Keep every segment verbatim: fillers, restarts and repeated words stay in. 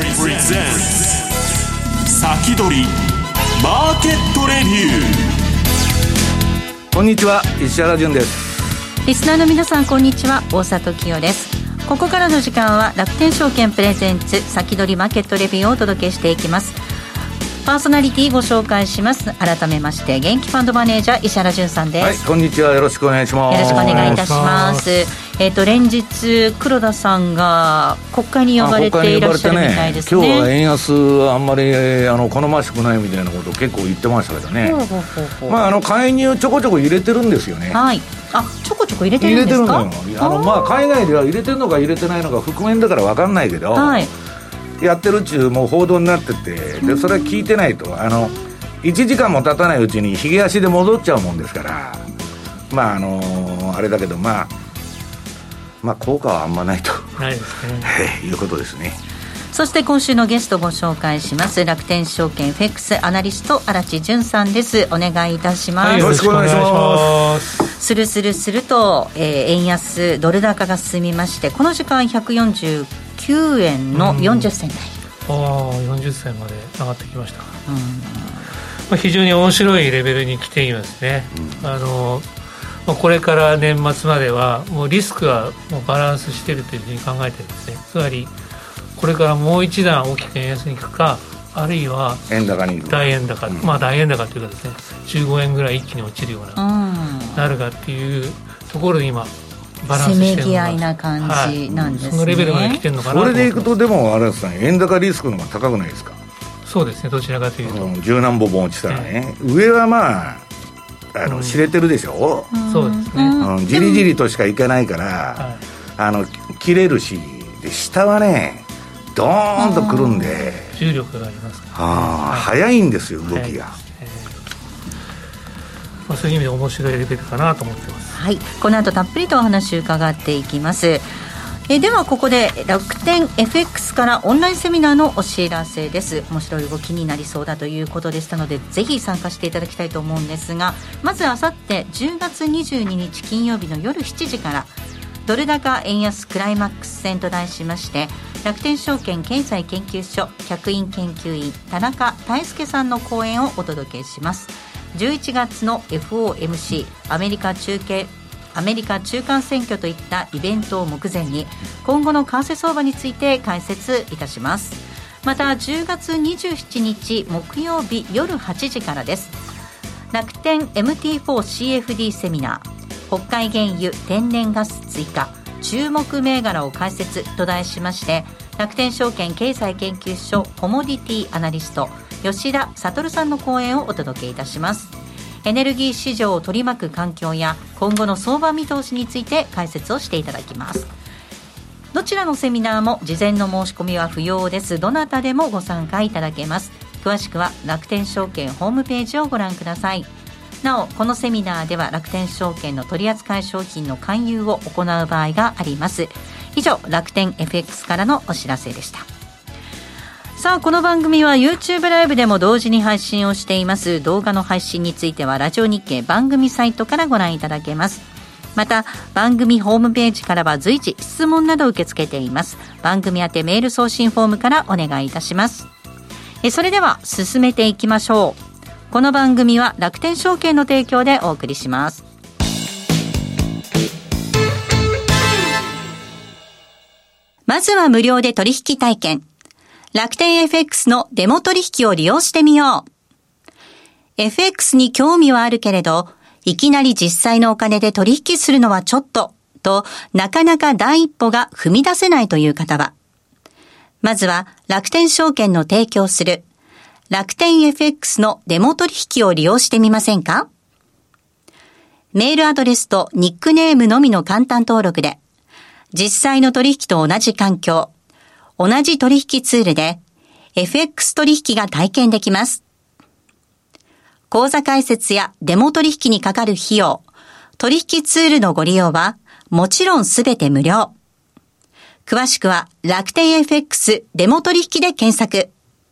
先取りマーケットレビュー。こんにちは、石原潤です。 リスナーの皆さん、こんにちは、大里清です。ここからの時間は楽天証券プレゼンツ先取りマーケットレビューをお届けしていきます。パーソナリティご紹介します。改めまして元気ファンドマネージャー石原潤さんです。 はい、こんにちは、よろしくお願いします。 よろしくお願いいたします。えーと、連日黒田さんが国会に呼ばれていらっしゃるみたいですね。 今日は円安あんまりあの好ましくないみたいなことを結構言ってましたけどね。ほうほうほうほう、まあ、あの介入ちょこちょこ入れてるんですよね。 はい、あ、ちょこちょこ入れてるんですか。 入れてるのよ。あの、まあ、海外では入れてるのか入れてないのか覆面だから分かんないけど、はい、やってるっちゅうもう報道になってて、でそれは聞いてないとあのいちじかんも経たないうちにひげ足で戻っちゃうもんですから、まああのあれだけど、まあまあ効果はあんまないとないですねいうことですね。 そして今週のゲストご紹介します。楽天証券 エフエックス アナリスト荒地潤さんです。お願いいたします、はい、 よろしくお願いします。 スルスルすると、えー、円安ドル高が進みまして、この時間ひゃくよんじゅうきゅうえんのよんじゅっせん台、 うん、ああよんじゅっせんまで上がってきました、うん、まあ、非常に面白いレベルに来ていますね、うん、あのこれから年末まではもうリスクはもうバランスしているというふうに考えてるんですね。つまりこれからもう一段大きく円安に行くか、あるいは円高に行く大円高、うん、まあ大円高というかですね、じゅうごえんぐらい一気に落ちるような、うん、なるかっていうところで今バランスしてるのが、せめぎ合いな感じなんですね、はい、そのレベルまで来てるのかなと。 それでいくとでもあれですね、円高リスクの方が高くないですか。 そうですね、どちらかというと、うん、 十何本落ちたらね、えー、上はまああの、うん、知れてるでしょ、 うん、そうですね、 うん、じりじりとしかいかないから、はい、あの切れるし、で下はねドーンとくるんで重力がありますから、ね、 あ、はい、早いんですよ動きが、えーまあ、そういう意味で面白いレベルかなと思ってます。 はい、この後たっぷりとお話を伺っていきます。えではここで楽天 エフエックス からオンラインセミナーのお知らせです。面白い動きになりそうだということでしたので、ぜひ参加していただきたいと思うんですが、まずあさってじゅうがつにじゅうににち金曜日の夜しちじからドル高円安クライマックス戦と題しまして、楽天証券経済研究所客員研究員田中泰介さんの講演をお届けします。じゅういちがつの エフオーエムシー アメリカ中継アメリカ中間選挙といったイベントを目前に、今後の為替相場について解説いたします。またじゅうがつにじゅうしちにち木曜日夜はちじからです。楽天 エムティーフォーシーエフディー セミナー、北海原油天然ガス追加注目銘柄を解説と題しまして、楽天証券経済研究所コモディティアナリスト吉田悟さんの講演をお届けいたします。エネルギー市場を取り巻く環境や今後の相場見通しについて解説をしていただきます。どちらのセミナーも事前の申し込みは不要です。どなたでもご参加いただけます。詳しくは楽天証券ホームページをご覧ください。なおこのセミナーでは楽天証券の取扱商品の勧誘を行う場合があります。以上、楽天 エフエックス からのお知らせでした。さあ、この番組は YouTube ライブでも同時に配信をしています。動画の配信についてはラジオ日経番組サイトからご覧いただけます。また番組ホームページからは随時質問など受け付けています。番組宛てメール送信フォームからお願いいたします。えそれでは進めていきましょう。この番組は楽天証券の提供でお送りします。まずは無料で取引体験、楽天 エフエックス のデモ取引を利用してみよう。 エフエックス に興味はあるけれど、いきなり実際のお金で取引するのはちょっとと、なかなか第一歩が踏み出せないという方は、まずは楽天証券の提供する楽天 エフエックス のデモ取引を利用してみませんか。メールアドレスとニックネームのみの簡単登録で、実際の取引と同じ環境、同じ取引ツールで エフエックス 取引が体験できます。口座開設やデモ取引にかかる費用、取引ツールのご利用はもちろんすべて無料。詳しくは楽天 エフエックス デモ取引で検索。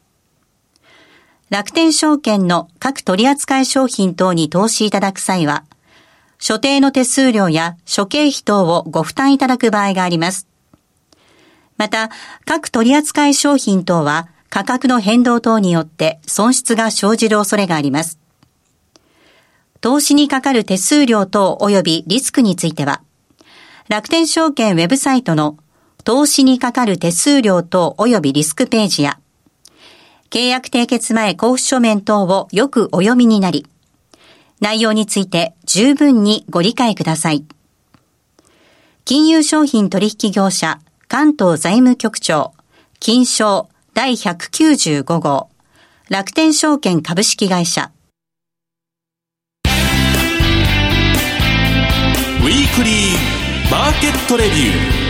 楽天証券の各取扱商品等に投資いただく際は、所定の手数料や諸経費等をご負担いただく場合があります。 また、各取扱い商品等は価格の変動等によって損失が生じる恐れがあります。投資にかかる手数料等及びリスクについては、楽天証券ウェブサイトの投資にかかる手数料等及びリスクページや、契約締結前交付書面等をよくお読みになり、内容について十分にご理解ください。金融商品取引業者関東財務局長金商第ひゃくきゅうじゅうご号楽天証券株式会社。 ウィークリーマーケットレビュー。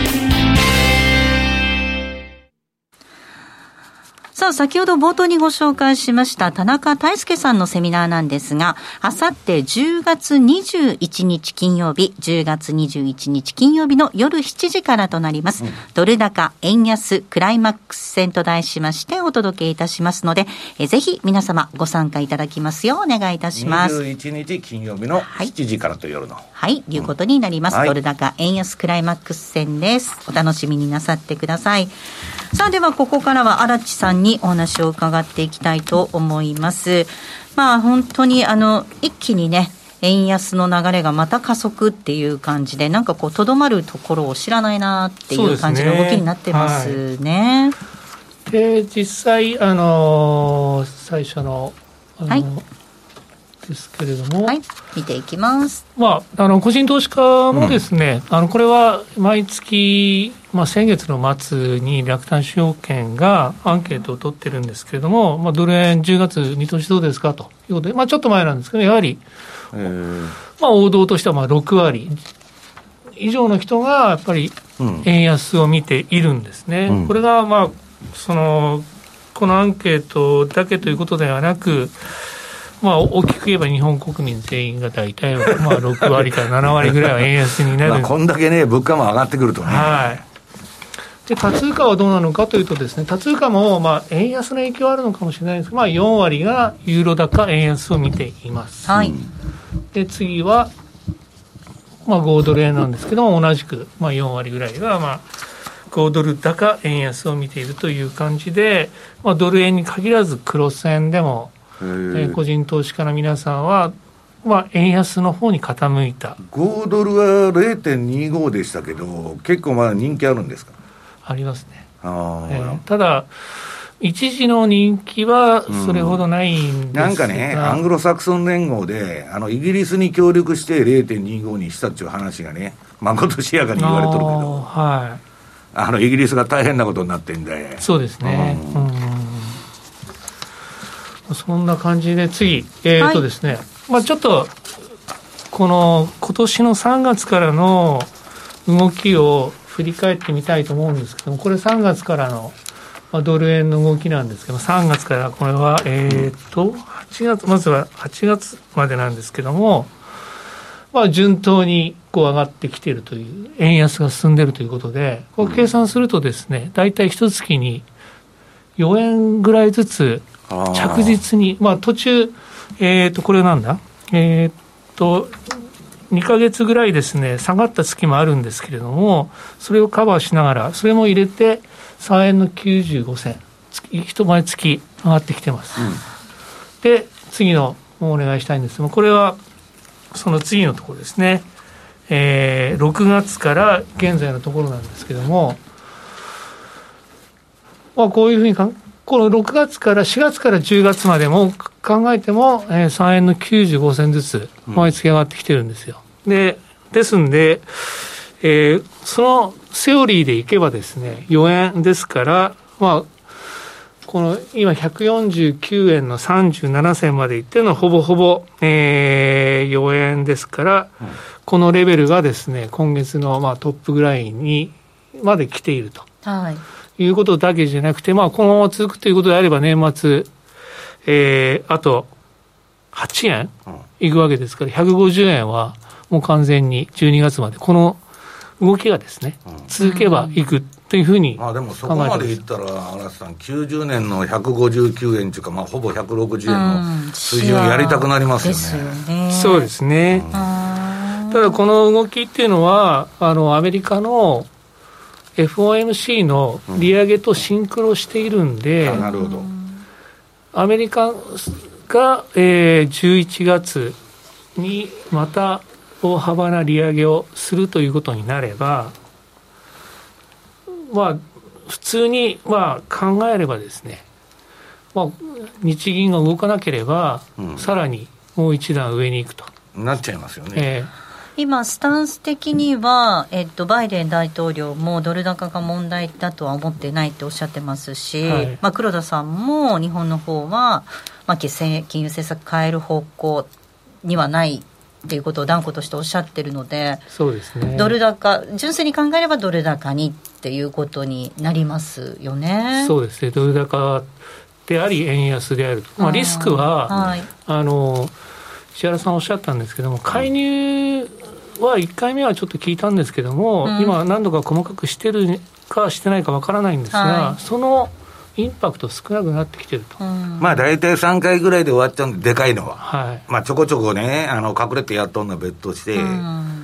さあ、先ほど冒頭にご紹介しました田中大輔さんのセミナーなんですが、あさってじゅうがつにじゅういちにち金曜日、じゅうがつにじゅういちにち金曜日の夜しちじからとなります。うん、ドル高円安クライマックス戦と題しましてお届けいたしますので、えぜひ皆様ご参加いただきますようお願いいたします。 にじゅういちにち金曜日のしちじからと夜の。はい、 はい、いうことになります。うん、ドル高円安クライマックス戦です。お楽しみになさってください。さあ、ではここからは荒地さんにお話を伺っていきたいと思います。まあ本当にあの一気にね、円安の流れがまた加速っていう感じで、なんかこうとどまるところを知らないなっていう感じの動きになってますね。 で、実際あの最初のあの、はい、ですけれども、 はい、見ていきます。 まあ、あの個人投資家もですね、うん、あのこれは毎月、まあ、先月の末に楽天証券がアンケートを取ってるんですけれども、まあ、ドル円じゅうがつ見通しどうですかということで、まあ、ちょっと前なんですけどやはり、まあ、王道としてはまあろくわり以上の人がやっぱり円安を見ているんですね。うん、これが、まあ、そのこのアンケートだけということではなく、まあ、大きく言えば日本国民全員が大体はまあろくわりからななわりぐらいは円安になる。 まあこんだけね物価も上がってくるとね。 はい。で多通貨はどうなのかというとですね、多通貨もまあ円安の影響はあるのかもしれないですけど、まあ、よんわりがユーロ高円安を見ています。 はい。 で次はまあごドル円なんですけども、同じくまあよんわりぐらいがまあごドル高円安を見ているという感じで、まあ、ドル円に限らずクロス円でも。えー、個人投資家の皆さんは、まあ、円安の方に傾いた。 ごドルは れいてんにご でしたけど、結構まだ人気あるんですか？ ありますね。 あ、 えー、ただ一時の人気はそれほどないんですが、 うん、なんかね、アングロサクソン連合であのイギリスに協力して れいてんにご にしたっていう話がね、まことしやかに言われてるけど、 あ、はい、 あのイギリスが大変なことになってんで。 そうですね、うん、うん、そんな感じで次、えーとですね、はい、まあ、ちょっとこの今年のさんがつからの動きを振り返ってみたいと思うんですけども、これさんがつからの、まあ、ドル円の動きなんですけども、さんがつからこれはえーとはちがつ、まずははちがつまでなんですけども、まあ、順当にこう上がってきているという、円安が進んでいるということで、こう計算するとですね、大体一月によえんぐらいずつ着実に、まあ、途中、えーとこれなんだ、えーとにかげつぐらいですね下がった月もあるんですけれども、それをカバーしながら、それも入れてさんえんのきゅうじゅうごせん、一毎月上がってきてます。うん、で次のお願いしたいんですが、これはその次のところですね、えー、ろくがつから現在のところなんですけども、まあ、こういうふうにかこのろくがつからしがつからじゅうがつまでも考えても、えー、さんえんのきゅうじゅうごせんずつ毎月上がってきてるんですよ。うん、でですんで、えー、そのセオリーでいけばですね、よえんですから、まあ、この今ひゃくよんじゅうきゅうえんのさんじゅうななせんまでいってるのはほぼほぼ、えー、よえんですから、うん、このレベルがですね今月のまあトップぐらいにまで来ていると。 はい、 いうことだけじゃなくて、まあ、このまま続くということであれば年末、えー、あとはちえんいくわけですから、ひゃくごじゅうえんはもう完全にじゅうにがつまでこの動きがですね、うん、続けばいくというふうに考えてます。まあ、でもそこまでいったら嵐さんきゅうじゅうねんのひゃくごじゅうきゅうえんというか、まあ、ほぼひゃくろくじゅうえんの水準をやりたくなりますよね。 うん、よねそうですね。うん、ただこの動きっていうのはあのアメリカのエフオーエムシー の利上げとシンクロしているんで、 うん、なるほど。 アメリカが、えー、じゅういちがつにまた大幅な利上げをするということになれば、まあ、普通に、まあ、考えればですね、まあ、日銀が動かなければ、うん、さらにもう一段上に行くとなっちゃいますよね、 えー今スタンス的には、えっと、バイデン大統領もドル高が問題だとは思ってないっておっしゃってますし、はいまあ、黒田さんも日本の方は、まあ、金融政策変える方向にはないっていうことを断固としておっしゃってるので、 そうですね、 ドル高純粋に考えればドル高にっていうことになりますよね。 そうですね、ドル高であり円安であると、まあ、リスクは、はい、あの石原さんおっしゃったんですけども、介入はいっかいめはちょっと聞いたんですけども、うん、今何度か細かくしてるかしてないかわからないんですが、はい、そのインパクト少なくなってきてると、うん、 まあ大体さんかいぐらいで終わっちゃうんで、でかいのは、 はい、 まあちょこちょこね、あの隠れてやっとんのは別として、うん、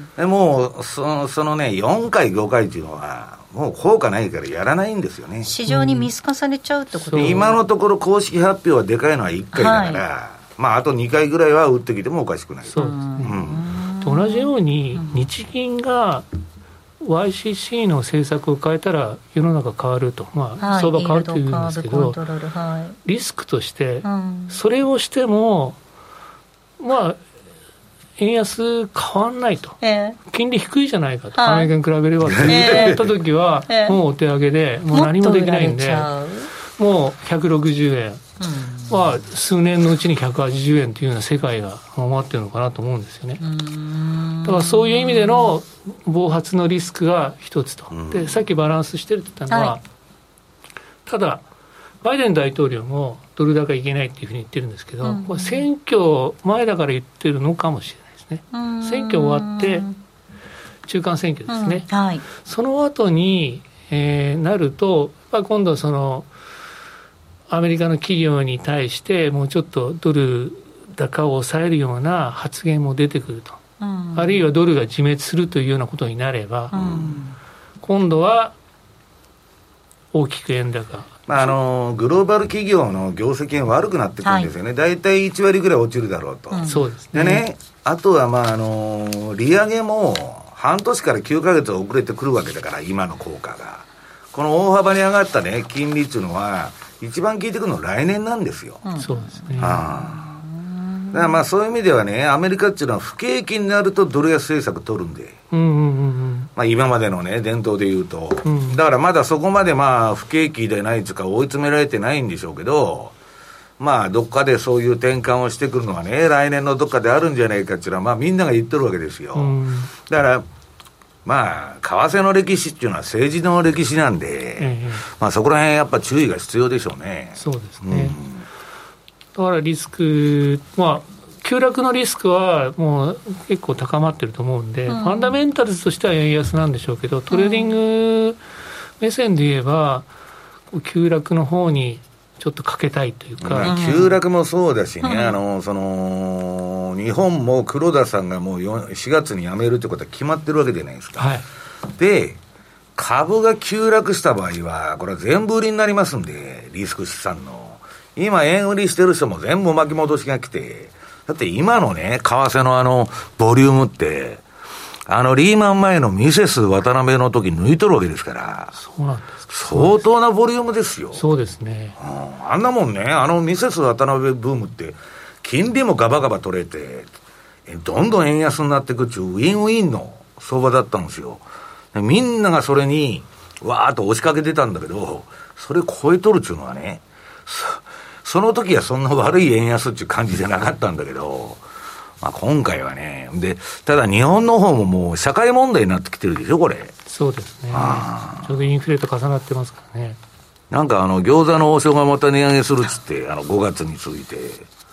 でもうそ, そのねよんかいごかいっていうのはもう効果ないからやらないんですよね。 市場に見透かされちゃうってこと、 うん、今のところ公式発表はでかいのはいっかいだから、はい、まああとにかいぐらいは打ってきてもおかしくない。 そうですね、うん同じように日銀が ワイシーシー の政策を変えたら世の中変わると、まあ、相場変わるというんですけど、はい、リスクとしてそれをしてもまあ円安変わんないと、えー、金利低いじゃないかと、アメリカに比べればって言った時は、えー、もうお手上げでもう何もできないんで、もうひゃくろくじゅうえん、うんまあ、数年のうちにひゃくはちじゅうえんというような世界が回ってるのかなと思うんですよね。だからそういう意味での暴発のリスクが一つと。でさっきバランスしてるって言ったのは、はい、ただバイデン大統領もドル高いけないっていうふうに言ってるんですけど、うん、選挙前だから言ってるのかもしれないですね。選挙終わって中間選挙ですね、 うんはい、 その後に、えー、なるとやっぱ今度そのアメリカの企業に対してもうちょっとドル高を抑えるような発言も出てくると、うん、あるいはドルが自滅するというようなことになれば、うん、今度は大きく円高、 まあ、あのグローバル企業の業績が悪くなってくるんですよね、はい、だいたいいちわりぐらい落ちるだろうと、 うん、そうですね。 でね、あとは、まあ、あの利上げも半年からきゅうかげつ遅れてくるわけだから、今の効果がこの大幅に上がった、ね、金利っていうのは一番効いてくるのは来年なんですよ、 うん、そうですね。 あだからまあそういう意味ではね、アメリカっていうのは不景気になるとドル安政策取るんで、 うんうんうんうんまあ、今までのね伝統でいうと、 うん、 だからまだそこまでまあ不景気でないというか追い詰められてないんでしょうけど、まあどっかでそういう転換をしてくるのはね来年のどっかであるんじゃないかっていうのはまあみんなが言ってるわけですよ、うん、だからまあ為替の歴史っていうのは政治の歴史なんで、ええまあ、そこら辺やっぱ注意が必要でしょうね。 そうですね、うん、だからリスク、まあ、急落のリスクはもう結構高まってると思うんで、うん、ファンダメンタルズとしては円安なんでしょうけど、トレーディング目線で言えば急落の方にちょっとかけたいというか、 まあ、急落もそうだしね、うん、あのその日本も黒田さんがもうしがつに辞めるってことは決まってるわけじゃないですか、 はい、 で株が急落した場合はこれは全部売りになりますんで、リスク資産の今円売りしてる人も全部巻き戻しが来て、だって今のね為替のあのボリュームってあのリーマン前のミセス渡辺の時抜いとるわけですから、 そうなんですか。 相当なボリュームですよ。 そうですね、 うん、あんなもんね、あのミセス渡辺ブームって金利もガバガバ取れてどんどん円安になっていくっていうウィンウィンの相場だったんですよ。みんながそれにわーっと押しかけてたんだけど、それ超えとるっていうのはね、そ, その時はそんな悪い円安っていう感じじゃなかったんだけど、まあ、今回はね、でただ日本の方ももう社会問題になってきてるでしょこれ。 そうですね、ちょうどインフレと重なってますからね。 なんかあの餃子の王将がまた値上げするっつってあのごがつに続いて、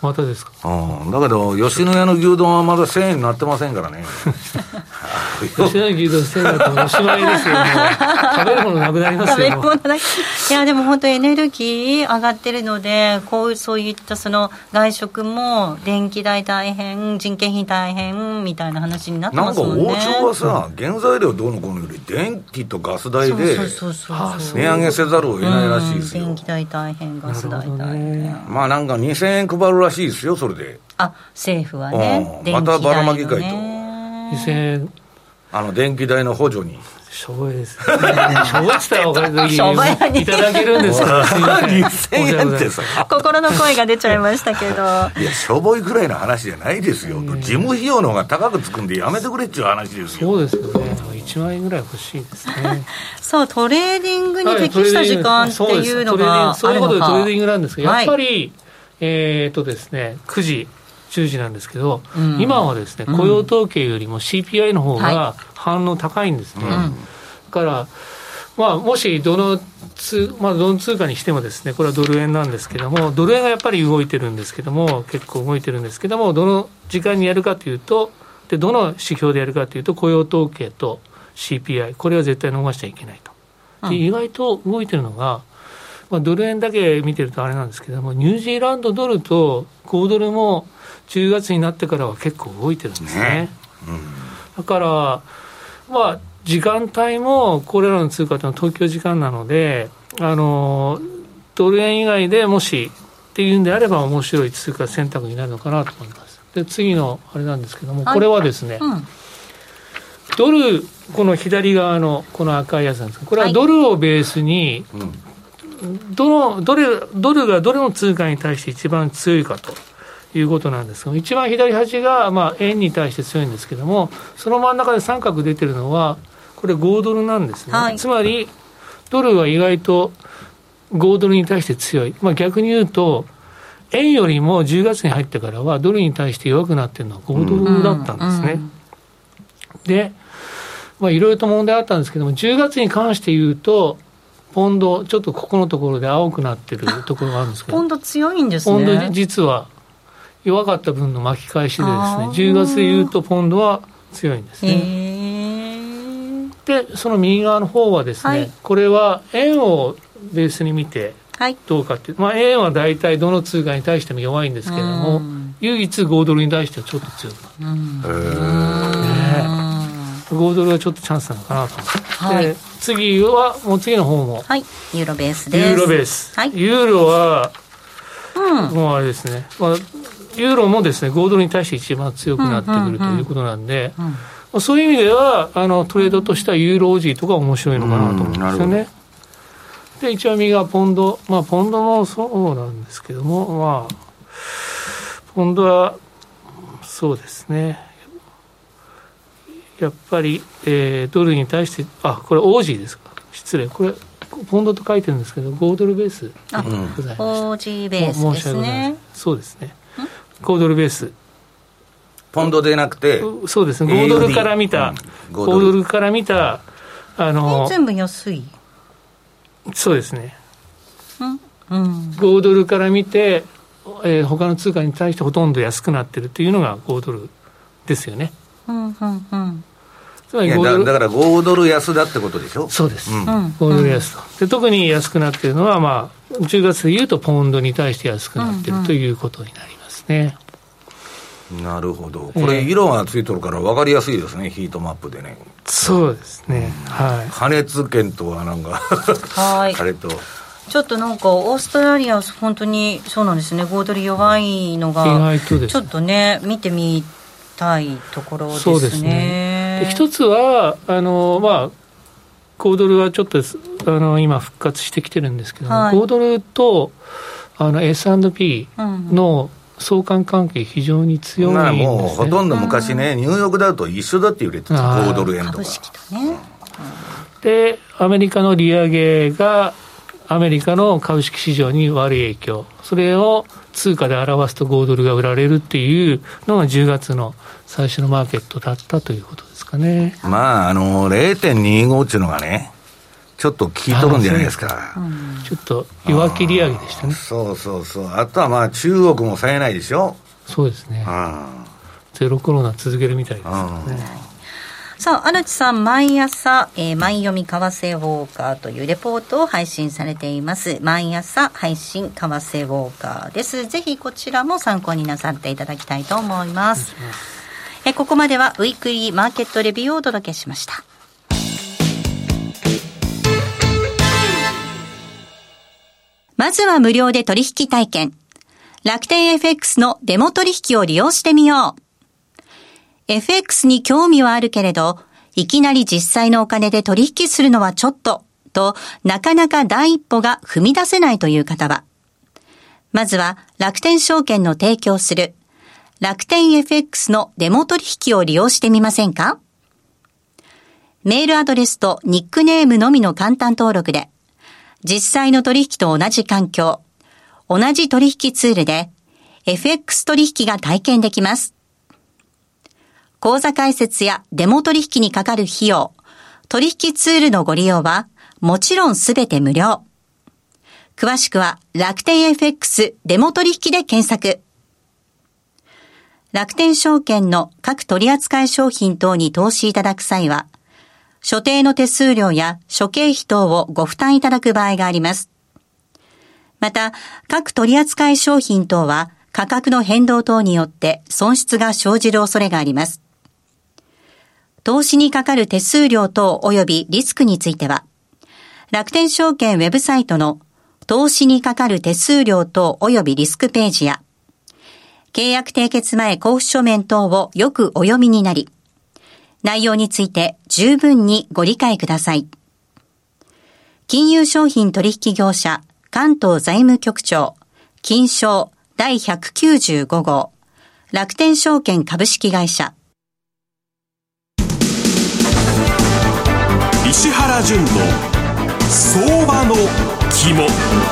またですか。 うん、だけど吉野家の牛丼はまだせんえんになってませんからね吉野家牛丼せんえんだとおしまいですよね食べるものなくなりますよ。 食べるものなくいやでも本当エネルギー上がってるので、こうそういったその外食も電気代大変、人件費大変みたいな話になってますもんね。 なんか王将はさ、うん、原材料どうのこうのより電気とガス代で値上げせざるを得ないらしいですよ、 うん、電気代大変、ガス代大変、ね、 まあなんかにせんえん配るらしいですよ、それで。 あ、政府はね、 うん、またばらまき会とにせんえんあの電気代の補助にしょぼいですね。しょぼいって言ったらお金のいただけるんですからにせんえんってさ心の声が出ちゃいましたけどいやしょぼいくらいの話じゃないですよ、事務費用の方が高くつくんでやめてくれっていう話ですよ。 そうですよね、いちまんえんぐらい欲しいですねそうトレーディングに適した時間っていうのがあるのか。 そういうことでトレーディングなんですけど、やっぱり、はい、えー、っとですねくじじゅうじなんですけど、うん、今はですね雇用統計よりも シーピーアイ の方が反応高いんですね、はい、だから、まあ、もしどの通、まあ、どの通貨にしてもですね、これはドル円なんですけども、ドル円がやっぱり動いてるんですけども、結構動いてるんですけども、どの時間にやるかというと、でどの指標でやるかというと雇用統計と シーピーアイ、 これは絶対逃しちゃいけないと。で意外と動いてるのが、まあ、ドル円だけ見てるとあれなんですけども、ニュージーランドドルとごドルもじゅうがつになってからは結構動いてるんですね、ね、うん、だからまあ時間帯もこれらの通貨というのは東京時間なので、あのドル円以外でもしっていうんであれば面白い通貨選択になるのかなと思います。で次のあれなんですけども、これはですね、はい、うん、ドル、この左側のこの赤いやつなんですけど、これはドルをベースに、はい、どのどれドルがどれの通貨に対して一番強いかということなんですが、一番左端がまあ円に対して強いんですけども、その真ん中で三角出てるのはこれごドルなんですね、はい、つまりドルは意外とごドルに対して強い、まあ、逆に言うと円よりもじゅうがつに入ってからはドルに対して弱くなっているのはごドルだったんですね、うんうん、で、まあ、いろいろと問題あったんですけども、じゅうがつに関して言うとポンドちょっとここのところで青くなってるところがあるんですけど、 ポンド強いんですね。 ポンド実は弱かった分の巻き返しでですね、じゅうがつでいうとポンドは強いんですね。でその右側の方はですね、はい、これは円をベースに見てどうかっていう、まあ、円は大体どの通貨に対しても弱いんですけれども、唯一ごドルに対してはちょっと強くなってる、ね、ごドルはちょっとチャンスなのかなと思って、はい、で次はもう次の方も、 はい、ユーロベースです。 ユーロベース、はい、ユーロは、うん、もうあれですね、まあユーロもですねごドルに対して一番強くなってくるということなんで、うんうんうん、そういう意味ではあのトレードとしてはユーロオージーとか面白いのかなと思うんですよね。で一応右がポンド、まあポンドもそうなんですけども、まあポンドはそうですね、やっぱり、えー、ドルに対して、あこれオージーですか、失礼、これポンドと書いてるんですけどごドルベースでございました。 オージーベースですね。 そうですね、ごドルベース、 ポンドでなくて、 そうですね、ごドルから見た、うん、ごドルから見た、あの全部安い、 そうですね、 うんうん、 ごドルから見て、えー、他の通貨に対してほとんど安くなってるっていうのがごドルですよね、 うんうんうん、 つまりいや だ, だからごドル安だってことでしょ。 そうです、うん、ごドル安と。で特に安くなっているのは、まあ、じゅうがつでいうとポンドに対して安くなっているということになりますね、 うんうん、なるほど。これ色がついてるから分かりやすいですね、ヒートマップでね。 そうですね、うん、はい、 加熱圏とはなんかはいあれとちょっとなんかオーストラリア本当にそうなんですね、ごドル弱いのが意外とです、ね、ちょっとね見てみたいところですね。 そうですね。で一つはあの、まあ、ごドルはちょっとあの今復活してきてるんですけども、はい、ごドルとあの エスアンドピー の相関関係非常に強いんですね、 うん、もうほとんど昔ね、ニューヨークダウと一緒だって言われてた、ごドル円とか株式とね、うん、 でアメリカの利上げがアメリカの株式市場に悪い影響、それを通貨で表すとごドルが売られるっていうのがじゅうがつの最初のマーケットだったということですかね。 まああの れいてんにじゅうご っていうのがね、 ちょっと効いとるんじゃないですか、 うん、ちょっと弱気利上げでしたね。 そうそうそう。あとはまあ中国も冴えないでしょ。 そうですね、ゼロコロナ続けるみたいですね。 さあ、荒地さん、毎朝、えー、毎読み為替ウォーカーというレポートを配信されています。毎朝配信為替ウォーカーです。ぜひこちらも参考になさっていただきたいと思います。えー、ここまではウィークリーマーケットレビューをお届けしました。まずは無料で取引体験。楽天 エフエックス のデモ取引を利用してみよう。エフエックス に興味はあるけれど、いきなり実際のお金で取引するのはちょっと、となかなか第一歩が踏み出せないという方は、まずは楽天証券の提供する楽天 エフエックス のデモ取引を利用してみませんか？メールアドレスとニックネームのみの簡単登録で、実際の取引と同じ環境、同じ取引ツールで エフエックス 取引が体験できます。口座開設やデモ取引にかかる費用、取引ツールのご利用はもちろんすべて無料。詳しくは楽天 エフエックス デモ取引で検索。楽天証券の各取扱商品等に投資いただく際は、所定の手数料や諸経費等をご負担いただく場合があります。また、各取扱商品等は価格の変動等によって損失が生じる恐れがあります。投資にかかる手数料等及びリスクについては、楽天証券ウェブサイトの投資にかかる手数料等及びリスクページや、契約締結前交付書面等をよくお読みになり、内容について十分にご理解ください。金融商品取引業者関東財務局長金商だいひゃくきゅうじゅうご号楽天証券株式会社石原淳の相場の肝。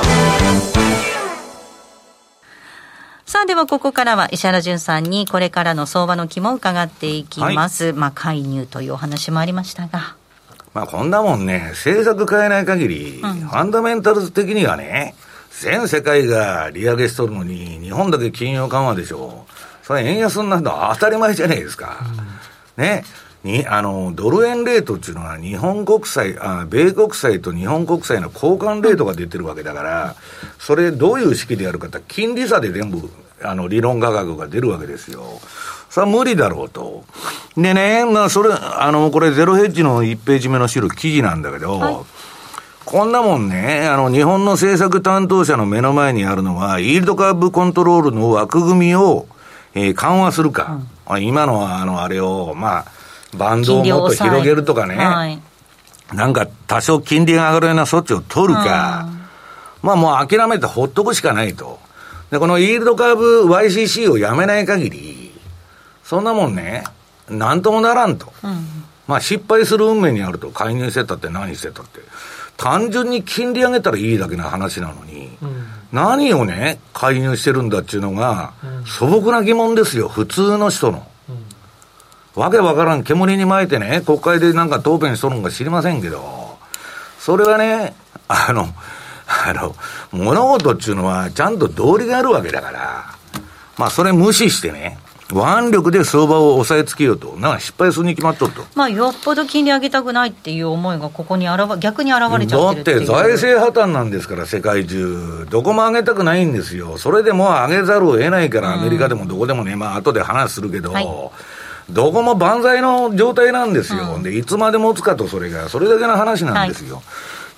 さあ、ではここからは石原淳さんにこれからの相場の肝を伺っていきます、はい。まあ、介入というお話もありましたが、 まあ、こんなもんね、政策変えない限り、うん、ファンダメンタルズ的にはね、全世界が利上げしとるのに日本だけ金融緩和でしょ。それ円安になるのは当たり前じゃないですか、うん、ね。にあのドル円レートっていうのは日本国債あ米国債と日本国債の交換レートが出てるわけだから、それどういう式でやるかって金利差で全部あの理論価格が出るわけですよ。それは無理だろうと。でね、まあそれあのこれゼロヘッジのいちページ目の資料記事なんだけど、はい、こんなもんね、あの日本の政策担当者の目の前にあるのはイールドカーブコントロールの枠組みを、えー、緩和するか、うん、今のはあのあれをまあバンドをもっと広げるとかね、はい、なんか多少金利が上がるような措置を取るか、まあもう諦めてほっとくしかないと。で、このイールドカーブ ワイシーシー をやめない限り、そんなもんね、なんともならんと。うん、まあ失敗する運命にあると。介入してたって何してたって。単純に金利上げたらいいだけの話なのに、うん、何をね、介入してるんだっていうのが、うん、素朴な疑問ですよ、普通の人の。わけわからん煙に巻いてね、国会でなんか答弁しとるのか知りませんけど、それはね、あの、あの、物事っていうのはちゃんと道理があるわけだから、まあそれ無視してね、腕力で相場を抑えつけようと、なんか失敗するに決まっとると。 まあよっぽど金利上げたくないっていう思いがここに現逆に現れちゃってるっていう。 だって財政破綻なんですから、世界中。どこも上げたくないんですよ。それでも上げざるを得ないから、アメリカでもどこでもね、まあ後で話するけど、はい、どこも万歳の状態なんですよ、うん、でいつまで持つかと、それがそれだけの話なんですよ、はい、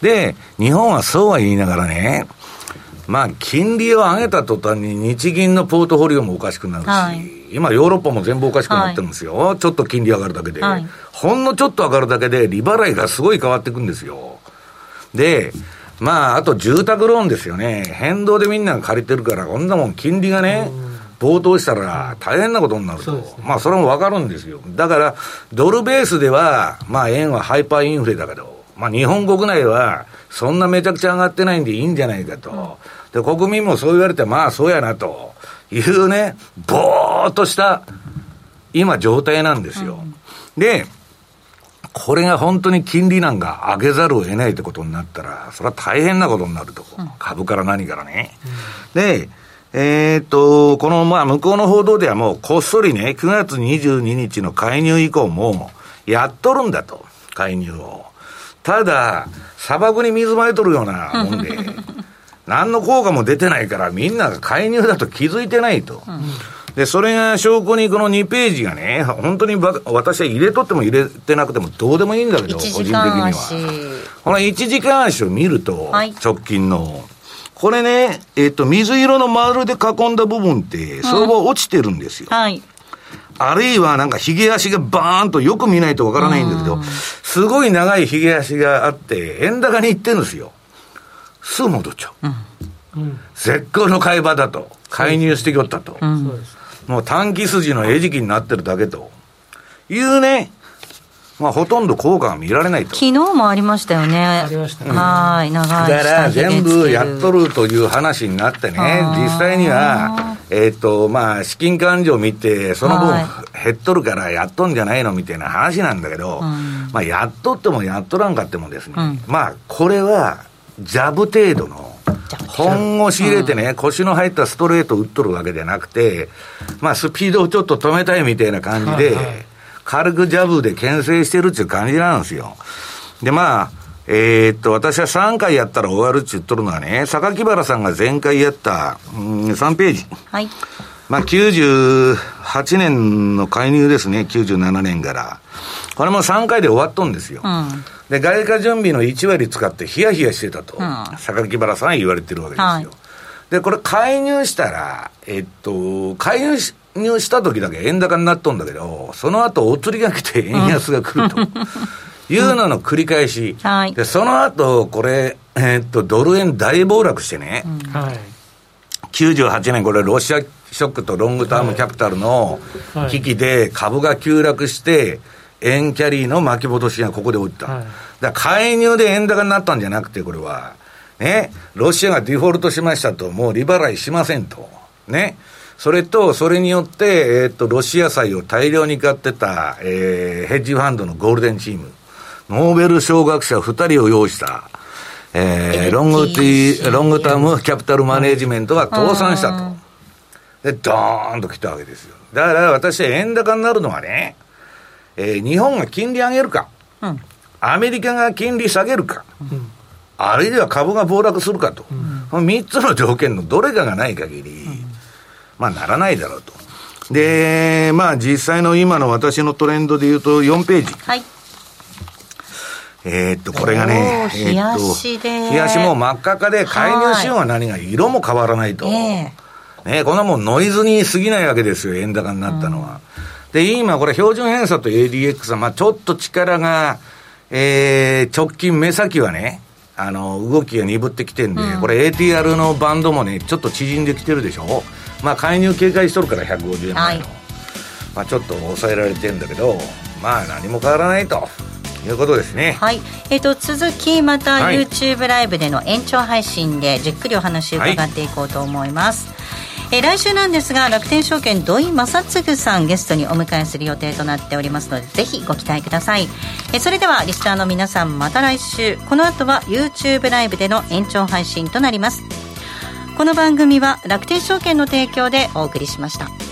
で日本はそうは言いながらね、まあ金利を上げた途端に日銀のポートフォリオもおかしくなるし、はい、今ヨーロッパも全部おかしくなってるんですよ、はい、ちょっと金利上がるだけで、はい、ほんのちょっと上がるだけで利払いがすごい変わっていくんですよ。でまああと住宅ローンですよね。変動でみんなが借りてるから、こんなもん金利がね、うん暴騰したら大変なことになると、ね、まあそれも分かるんですよ。だからドルベースではまあ円はハイパーインフレだけど、まあ日本国内はそんなめちゃくちゃ上がってないんでいいんじゃないかと、うん、で国民もそう言われてまあそうやなというね、ぼーっとした今状態なんですよ、うん、でこれが本当に金利なんか上げざるを得ないってことになったら、それは大変なことになると。うん、株から何からね。うん、で、えー、っと、このまあ向こうの報道ではもうこっそりね、くがつにじゅうににちの介入以降もやっとるんだと、介入を。ただ、砂漠に水まいとるようなもんで、何の効果も出てないからみんなが介入だと気づいてないと。うん、で、それが証拠にこのにページがね、本当に私は入れとっても入れてなくてもどうでもいいんだけど、個人的には。このいちじかん足を見ると、はい、直近の、これね、えっと、水色の丸で囲んだ部分って、相場落ちてるんですよ。うん、はい。あるいはなんか髭足がバーンとよく見ないとわからないんだけど、すごい長い髭足があって、円高に行ってるんですよ。すぐ戻っちゃう。うん、絶好の買い場だと。介入してきよったと。うん、もう短期筋の餌食になってるだけと。いうね、まあほとんど効果が見られないと。 昨日もありましたよね。 ありましたね。 はい、長いだから全部やっとるという話になってね、実際には、えっと、まあ資金勘定を見て、その分減っとるからやっとんじゃないのみたいな話なんだけど、うん、まあやっとってもやっとらんかってもですね、うん、まあこれはジャブ程度の、本を仕入れてね、うん、腰の入ったストレート打っとるわけじゃなくて、まあスピードをちょっと止めたいみたいな感じで、はいはい、軽くジャブで牽制してるっていう感じなんですよ。で、まあ、えー、っと、私はさんかいやったら終わるって言っとるのはね、榊原さんが前回やった、うん、さんページ。はい。まあ、きゅうじゅうはちねんの介入ですね、きゅうじゅうななねんから。これもさんかいで終わっとんですよ。うん、で、外貨準備のいちわり使ってヒヤヒヤしてたと、うん、榊原さんは言われてるわけですよ。はい、で、これ介入したら、えっと、介入し、入した時だけ円高になっとんだけど、その後お釣りが来て円安が来ると、うん、いうのの繰り返し、うんはい、でその後これ、えー、っとドル円大暴落してね、うんはい、きゅうじゅうはちねんこれロシアショックとロングタームキャピタルの危機で株が急落して円キャリーの巻き戻しがここで起きた、はい、だから介入で円高になったんじゃなくて、これはね、ロシアがデフォルトしましたと、もう利払いしませんとね、それと、それによって、えー、っと、ロシア債を大量に買ってた、えー、ヘッジファンドのゴールデンチーム、ノーベル賞学者ふたりを擁した、えー、ロングティ、ロングタームキャピタルマネジメントが倒産したと。で、ドーンと来たわけですよ。だから私は円高になるのはね、えー、日本が金利上げるか、うん、アメリカが金利下げるか、うん、あるいは株が暴落するかと、うん、このみっつの条件のどれかがない限り、うんまあならないだろうと。で、まあ実際の今の私のトレンドで言うとよんページ。はい。えー、っと、これがね、 えー、冷やしで。 冷やしも真っ赤かで、介入しようは何が色も変わらないと。えー、ね、こんなもんノイズに過ぎないわけですよ、円高になったのは。うん、で、今これ標準偏差と エーディーエックス は、まあちょっと力が、えー、直近目先はね、あの、動きが鈍ってきてんで、うん、これ エーティーアール のバンドもね、ちょっと縮んできてるでしょ。まあ介入警戒しとるからひゃくごじゅうえん前の、はい、まあちょっと抑えられてんだけど、まあ何も変わらないということですね。 はい。えっ、ー、と続きまた YouTube ライブでの延長配信でじっくりお話を伺っていこうと思います。はい、えー、来週なんですが楽天証券土井正嗣さんゲストにお迎えする予定となっておりますので、ぜひご期待ください。えー、それではリスナーの皆さん、また来週。この後は YouTube ライブでの延長配信となります。この番組は楽天証券の提供でお送りしました。